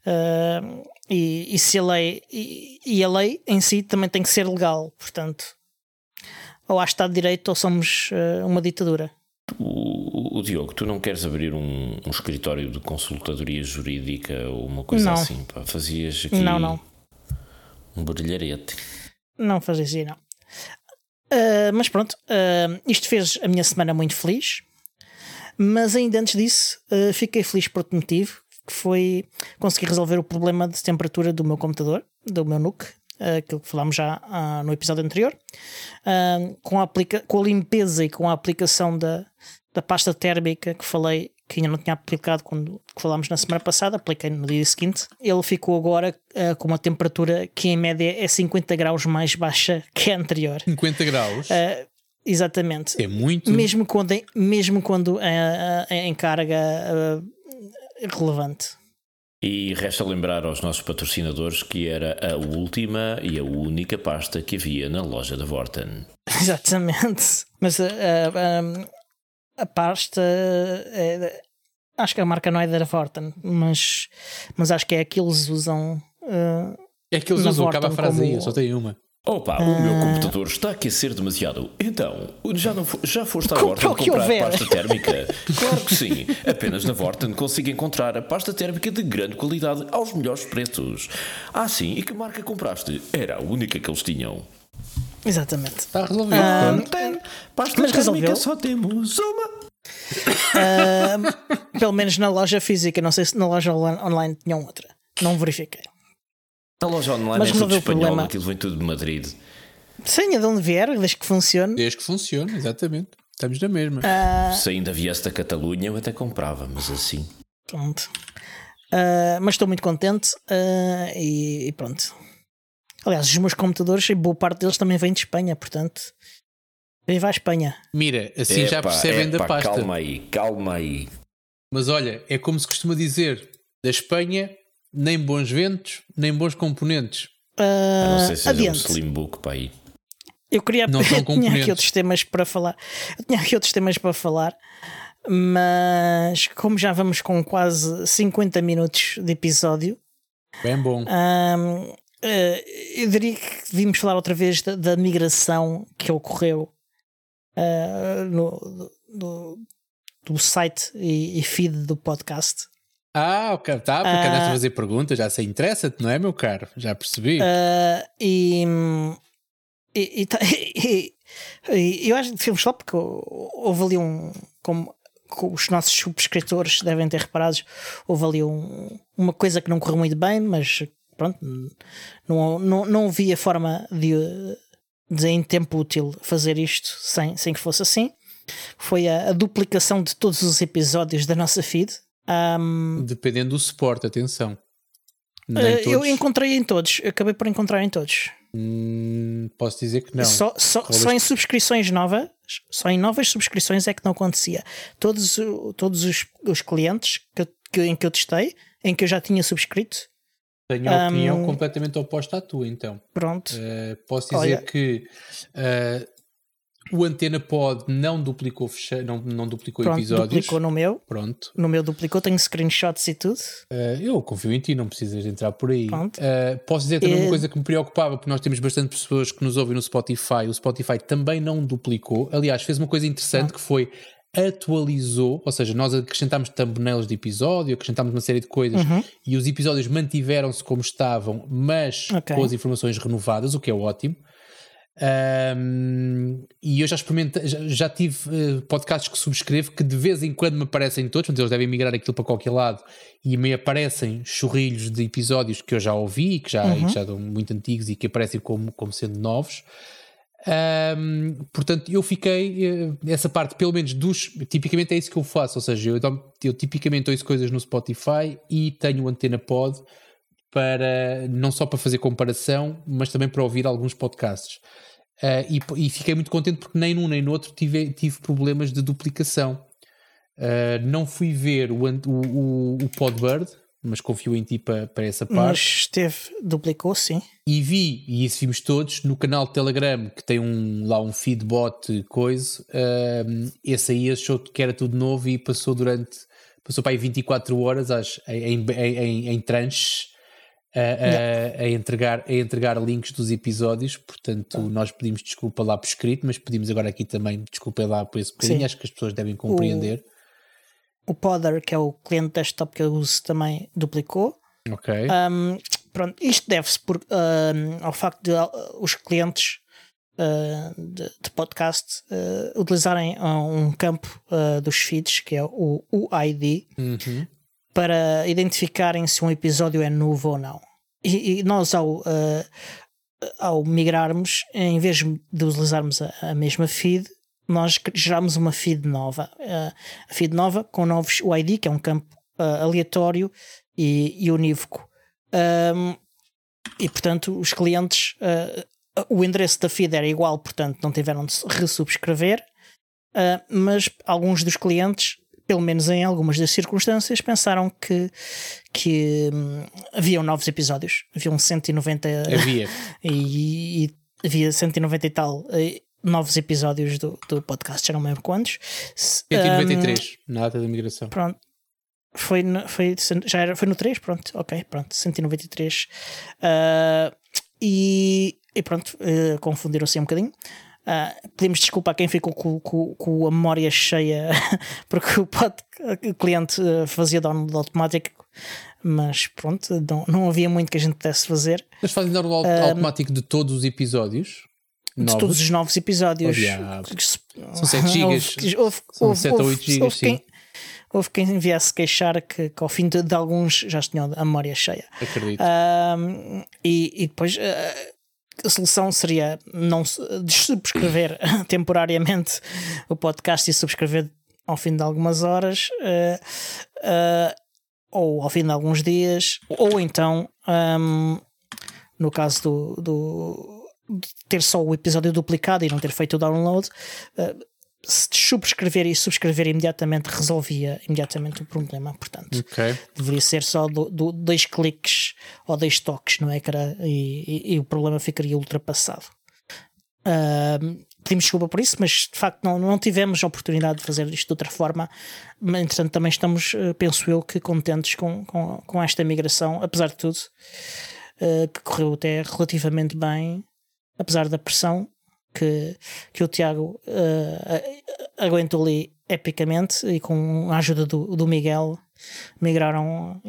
E se a lei e a lei em si também tem que ser legal. Portanto, ou há Estado de Direito ou somos uma ditadura. O Diogo, tu não queres abrir um escritório de consultadoria jurídica ou uma coisa assim? Pá, fazias aqui um brilharete. Não fazia assim, não. Mas pronto, isto fez a minha semana muito feliz. Mas ainda antes disso, fiquei feliz por outro motivo, que foi conseguir resolver o problema de temperatura do meu computador, do meu NUC, aquilo que falámos já no episódio anterior, com a limpeza e com a aplicação da pasta térmica que falei, que ainda não tinha aplicado quando falámos na semana passada, apliquei no dia seguinte. Ele ficou agora com uma temperatura que em média é 50 graus mais baixa que a anterior. 50 graus? Exatamente. É muito. Mesmo quando em carga relevante. E resta lembrar aos nossos patrocinadores que era a última e a única pasta que havia na loja da Vorten. Exatamente. Mas a pasta acho que a marca não é da Vorten, mas acho que é a que eles usam. É que eles usam, acaba a frase aí, eu só tenho uma. Opa, o meu computador está a aquecer demasiado. Então, já foste à Vorten que comprar houver. pasta térmica? Claro que sim. Apenas na Vorten consigo encontrar a pasta térmica de grande qualidade aos melhores preços. Ah, sim, e que marca compraste? Era a única que eles tinham. Exatamente. Está resolvido. Pasta Mas térmica resolveu. só temos uma. Pelo menos na loja física, não sei se na loja online tinham outra. Não verifiquei. A loja online Mas é tudo resolveu o espanhol, problema. aquilo vem tudo de Madrid. Sim, de onde vier, desde que funcione. Desde que funcione, exatamente. Estamos na mesma. Se ainda viesse da Catalunha, eu até comprava, mas assim. Pronto. Mas estou muito contente e pronto. Aliás, os meus computadores, boa parte deles também vêm de Espanha, portanto, viva a Espanha. Mira, assim já percebem da pasta. Calma aí. Mas olha, é como se costuma dizer, da Espanha, nem bons ventos, nem bons componentes. Não sei se seja um adiante. Slimbook para aí. Eu queria Não são eu tinha componentes. aqui outros temas para falar. Eu tinha aqui outros temas para falar, mas como já vamos com quase 50 minutos de episódio, Bem bom. eu diria que devíamos falar outra vez da migração que ocorreu do site e feed do podcast. Ok, tá, porque andaste a fazer perguntas, já sei, interessa-te, não é, meu caro? Já percebi. E eu acho que devemos falar porque houve ali como os nossos subscritores devem ter reparado, houve ali uma coisa que não correu muito bem, mas pronto, não havia forma de em tempo útil fazer isto sem que fosse assim. Foi a duplicação de todos os episódios da nossa feed. Dependendo do suporte, atenção. Eu encontrei em todos, acabei por encontrar em todos. Posso dizer que não. Só em subscrições novas, só em novas subscrições é que não acontecia. Todos os clientes em que eu testei, em que eu já tinha subscrito. Tenho a opinião completamente oposta à tua, então. Pronto. Posso dizer que o Antena Pod não duplicou, não duplicou episódios. Duplicou no meu. Pronto. No meu duplicou, tenho screenshots e tudo. Eu confio em ti, não precisas entrar por aí. Pronto. Posso dizer também uma coisa que me preocupava, porque nós temos bastante pessoas que nos ouvem no Spotify. O Spotify também não duplicou. Aliás, fez uma coisa interessante que foi atualizou, ou seja, nós acrescentámos thumbnails de episódio, acrescentámos uma série de coisas e os episódios mantiveram-se como estavam, mas com as informações renovadas, o que é ótimo. E eu já experimentei, já tive podcasts que subscrevo que de vez em quando me aparecem todos, portanto eles devem migrar aquilo para qualquer lado e me aparecem chorrilhos de episódios que eu já ouvi, que já são muito antigos e que aparecem como sendo novos. Portanto eu fiquei essa parte, pelo menos tipicamente é isso que eu faço, ou seja, eu tipicamente ouço coisas no Spotify e tenho Antena Pod para, não só para fazer comparação, mas também para ouvir alguns podcasts. E fiquei muito contente porque nem num nem no outro tive problemas de duplicação. Não fui ver o Podbird, mas confio em ti para essa parte. Mas duplicou, sim. E isso vimos todos no canal de Telegram, que tem lá um feedbot coisa. Esse aí achou que era tudo novo e passou para aí 24 horas em tranches. A entregar links dos episódios, portanto nós pedimos desculpa lá por escrito, mas pedimos agora aqui também desculpa lá por esse bocadinho. Acho que as pessoas devem compreender. O Podder, que é o cliente desktop que eu uso, também duplicou. Ok. Pronto, isto deve-se ao facto de os clientes de podcast utilizarem um campo dos feeds, que é o UID, para identificarem se um episódio é novo ou não. E nós, ao migrarmos, em vez de utilizarmos a mesma feed, nós geramos uma feed nova. A feed nova com novos UID, que é um campo aleatório e unívoco. E portanto, os clientes, o endereço da feed era igual, portanto, não tiveram de resubscrever. Mas alguns dos clientes, pelo menos em algumas das circunstâncias, pensaram que haviam novos episódios. Haviam 190 e havia 190 e tal novos episódios do podcast, já não me lembro quantos. 193 na data da migração. Pronto. Foi no 3, pronto, ok, pronto, 193. E pronto, confundiram-se um bocadinho. Pedimos desculpa a quem ficou com a memória cheia porque o cliente fazia download automático, mas pronto, não havia muito que a gente pudesse fazer. Mas fazem download automático de todos os episódios? De todos os novos episódios. São 7 GB. São 7 ou 8 GB, sim. Houve quem viesse queixar que ao fim de alguns já tinham a memória cheia. Acredito. E depois a solução seria não subscrever temporariamente o podcast e subscrever ao fim de algumas horas, ou ao fim de alguns dias, ou então no caso de ter só o episódio duplicado e não ter feito o download, se subscrever e subscrever imediatamente resolvia imediatamente o problema. Portanto, deveria ser só 2 cliques ou 2 toques no ecrã e o problema ficaria ultrapassado. Pedimos desculpa por isso, mas de facto não tivemos a oportunidade de fazer isto de outra forma. Mas, entretanto, também estamos, penso eu, que contentes com esta migração, apesar de tudo, que correu até relativamente bem, apesar da pressão que o Tiago aguentou ali epicamente, e com a ajuda do Miguel migraram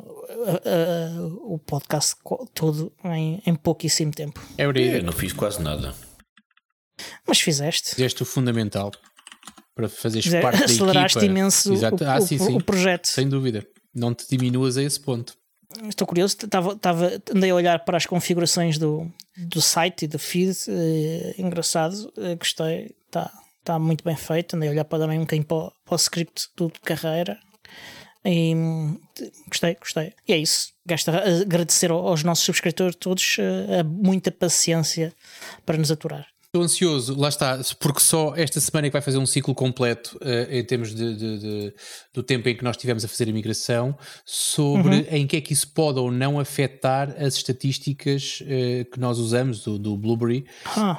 o podcast todo em pouquíssimo tempo. Eu não fiz quase nada. Mas fizeste o fundamental para fazeres parte da equipa. Aceleraste imenso sim. o projeto. Sem dúvida, não te diminuas a esse ponto. Estou curioso, andei a olhar para as configurações do site e do feed, engraçado, gostei, está muito bem feito. Andei a olhar também um bocadinho para o script de carreira e gostei. E é isso, gosto de agradecer aos nossos subscritores todos muita paciência para nos aturar. Estou ansioso, lá está, porque só esta semana é que vai fazer um ciclo completo em termos do tempo em que nós estivemos a fazer a migração, sobre em que é que isso pode ou não afetar as estatísticas que nós usamos do Blubrry,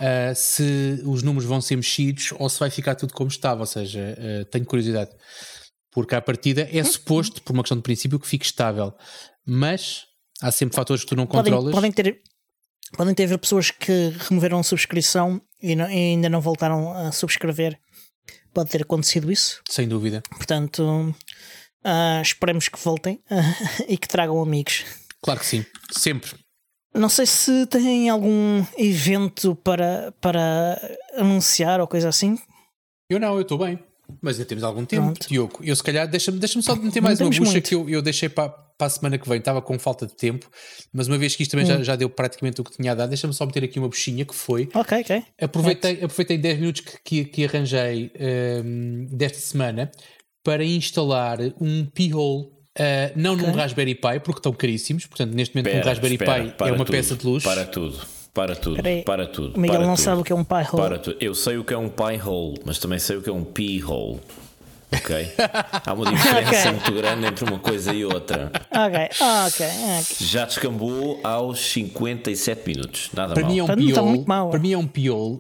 se os números vão ser mexidos ou se vai ficar tudo como estava. Ou seja, tenho curiosidade, porque à partida é suposto, por uma questão de princípio, que fique estável, mas há sempre fatores que tu não controlas. Podem ter pessoas que removeram a subscrição e ainda não voltaram a subscrever. Pode ter acontecido isso. Sem dúvida. Portanto, esperemos que voltem e que tragam amigos. Claro que sim, sempre. Não sei se têm algum evento para anunciar ou coisa assim. Eu estou bem. Mas já temos algum tempo. Pronto. Diogo, eu se calhar deixa-me só meter mais uma bucha que eu deixei para a semana que vem. Estava com falta de tempo, mas uma vez que isto também já deu praticamente o que tinha a dar, deixa-me só meter aqui uma buchinha que foi. Ok. Aproveitei 10 minutos que arranjei desta semana para instalar um P-Hole. Não num Raspberry Pi, porque estão caríssimos. Portanto, neste momento um Raspberry Pi é uma peça de luxo. Para tudo. O Miguel não sabe o que é um Pi-hole. Eu sei o que é um Pi-hole, mas também sei o que é um P-hole. Ok? Há uma diferença muito grande entre uma coisa e outra. Ok. Já descambou aos 57 minutos. Nada para mal. Mim é um P-hole. Para mim é um P-hole.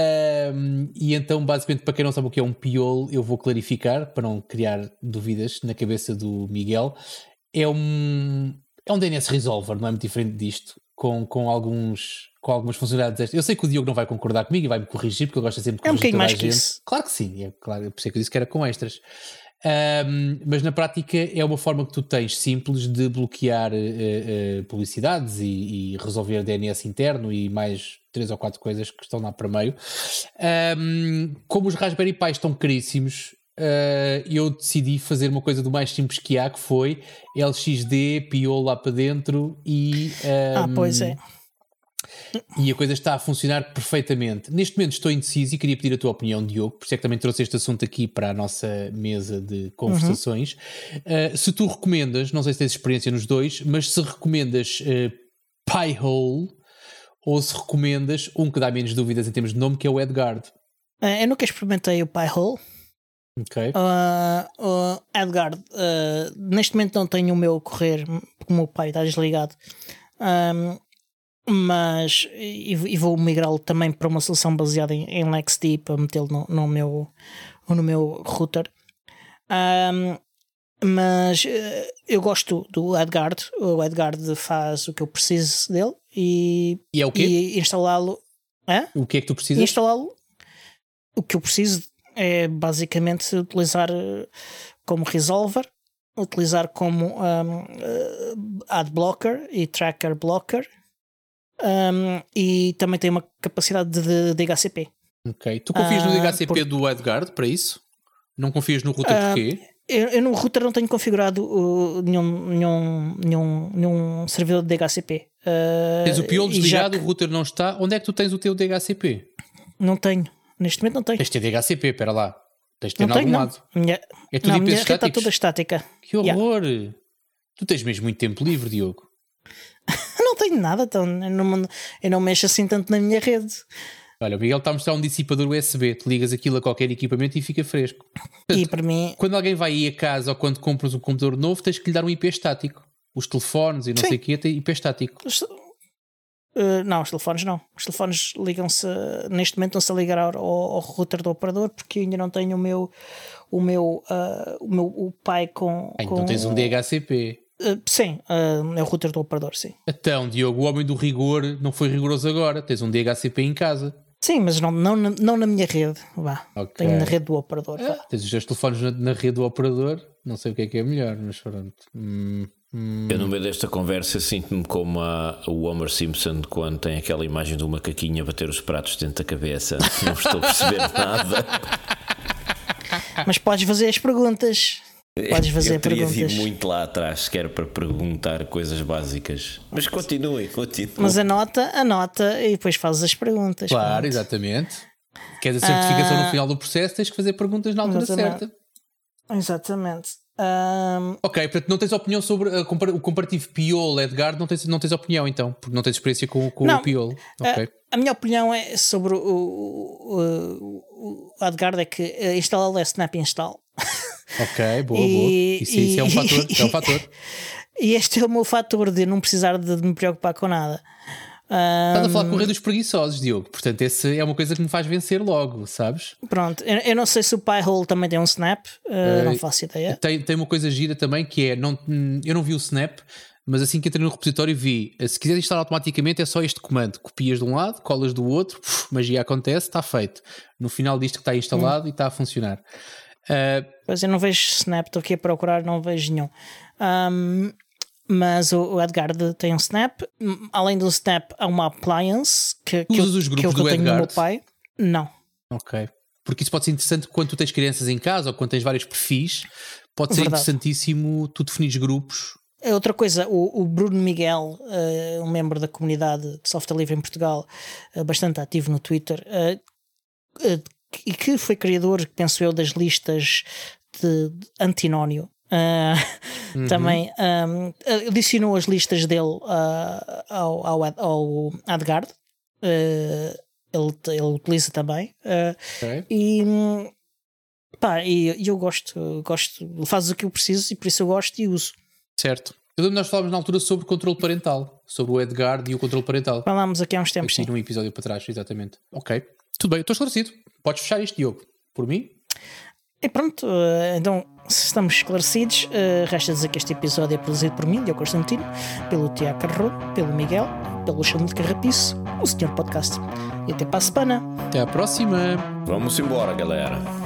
E então, basicamente, para quem não sabe o que é um P-hole, eu vou clarificar para não criar dúvidas na cabeça do Miguel. É um DNS Resolver, não é muito diferente disto, com algumas funcionalidades. Eu sei que o Diogo não vai concordar comigo e vai-me corrigir, porque eu gosto sempre de corrigir um bocadinho mais toda a gente. Que isso. Claro que sim, é claro, por isso é que eu disse que era com extras. Mas na prática é uma forma que tu tens simples de bloquear publicidades e resolver DNS interno e mais 3 ou 4 coisas que estão lá para meio. Como os Raspberry Pi estão caríssimos, eu decidi fazer uma coisa do mais simples que há, que foi LXD, Piol lá para dentro e... pois é. E a coisa está a funcionar perfeitamente. Neste momento estou indeciso e queria pedir a tua opinião, Diogo, por isso é que também trouxe este assunto aqui para a nossa mesa de conversações. Se tu recomendas, não sei se tens experiência nos dois, mas se recomendas Pi-hole ou se recomendas um que dá menos dúvidas em termos de nome, que é o Edgard. Eu nunca experimentei o Pi-hole. Ok. O Edgard, neste momento não tenho o meu correr, porque o meu pai está desligado. Mas vou migrá-lo também para uma solução baseada em LXD para metê-lo no meu router. Mas eu gosto do Edgard. O Edgard faz o que eu preciso dele e é o quê? E instalá-lo. O que é que tu precisas? Instalá-lo. O que eu preciso é basicamente utilizar como resolver, utilizar como ad blocker e tracker blocker. E também tem uma capacidade de DHCP. Ok. Tu confias no DHCP do Edgard para isso? Não confias no router porquê? Eu no router não tenho configurado nenhum servidor de DHCP. Tens o Piol desligado, o router não está. Onde é que tu tens o teu DHCP? Não tenho. Neste momento não tenho. Tens de ter DHCP, espera lá. Tens de ter não em algum tenho, lado. É tudo IPs estáticos? Está toda estática. Que horror! Yeah. Tu tens mesmo muito tempo livre, Diogo. Não tenho nada, então eu não mexo assim tanto na minha rede. Olha, o Miguel está a mostrar um dissipador USB. Tu ligas aquilo a qualquer equipamento e fica fresco. Portanto, e para mim, quando alguém vai aí a casa ou quando compras um computador novo, tens que lhe dar um IP estático. Os telefones e não sei o quê têm IP estático. Não, os telefones não. Os telefones ligam-se, neste momento estão-se a ligar ao router do operador, porque eu ainda não tenho o meu pai com... Então tens um DHCP. Sim, é o router do operador, sim. Então, Diogo, o homem do rigor não foi rigoroso agora. Tens um DHCP em casa. Sim, mas não na minha rede. Vá. Okay. Tenho na rede do operador. Tens os teus telefones na rede do operador. Não sei o que é melhor, mas pronto. Eu no meio desta conversa sinto-me como o Homer Simpson quando tem aquela imagem de uma caquinha bater os pratos dentro da cabeça. Não estou a perceber nada. Mas podes fazer as perguntas. Podes fazer perguntas. Eu teria ido muito lá atrás, sequer para perguntar coisas básicas. Mas continue. Mas anota e depois fazes as perguntas. Claro, pronto. Exatamente. Queres a certificação no final do processo, tens que fazer perguntas na altura certa. Exatamente. Ok, portanto não tens opinião sobre o comparativo Piol-Edgard, não tens opinião então, porque não tens experiência com o Piol. Okay. A minha opinião é sobre o Edgard é que instala-lhe Snap Install. Ok, boa. Isso é um fator. E este é o meu fator de não precisar de me preocupar com nada. Estás a falar com o rei dos preguiçosos, Diogo. Portanto, essa é uma coisa que me faz vencer logo, sabes? Pronto, eu não sei se o Pi-hole também tem um Snap, não faço ideia. Tem uma coisa gira também que é, eu não vi o Snap, mas assim que entrei no repositório vi, se quiseres instalar automaticamente é só este comando, copias de um lado, colas do outro, magia acontece, está feito. No final disto que está instalado e está a funcionar. Pois eu não vejo Snap, estou aqui a procurar, não vejo nenhum. Mas o Edgard tem um Snap. Além do Snap, há uma appliance que usas os grupos do tenho Edgard? No meu pai. Não. Ok. Porque isso pode ser interessante quando tu tens crianças em casa ou quando tens vários perfis. Pode ser interessantíssimo tu definires grupos. Outra coisa, o Bruno Miguel, um membro da comunidade de software livre em Portugal, bastante ativo no Twitter, e que foi criador, penso eu, das listas de Antinónio. Também adicionou as listas dele ao Edgard. Ele utiliza também. Okay. E eu gosto, faz o que eu preciso e por isso eu gosto e uso. Certo. Nós falámos na altura sobre o controle parental, sobre o Edgard e o controle parental. Falámos aqui há uns tempos, sim. Num episódio para trás, exatamente. Ok, tudo bem, eu estou esclarecido. Podes fechar isto, Diogo. Por mim? E pronto, então se estamos esclarecidos, resta dizer que este episódio é produzido por mim, Diogo Constantino, pelo Tiago Carro, pelo Miguel, pelo Chão de Carrapiço, o Senhor Podcast. E até para a semana. Até à próxima. Vamos embora, galera.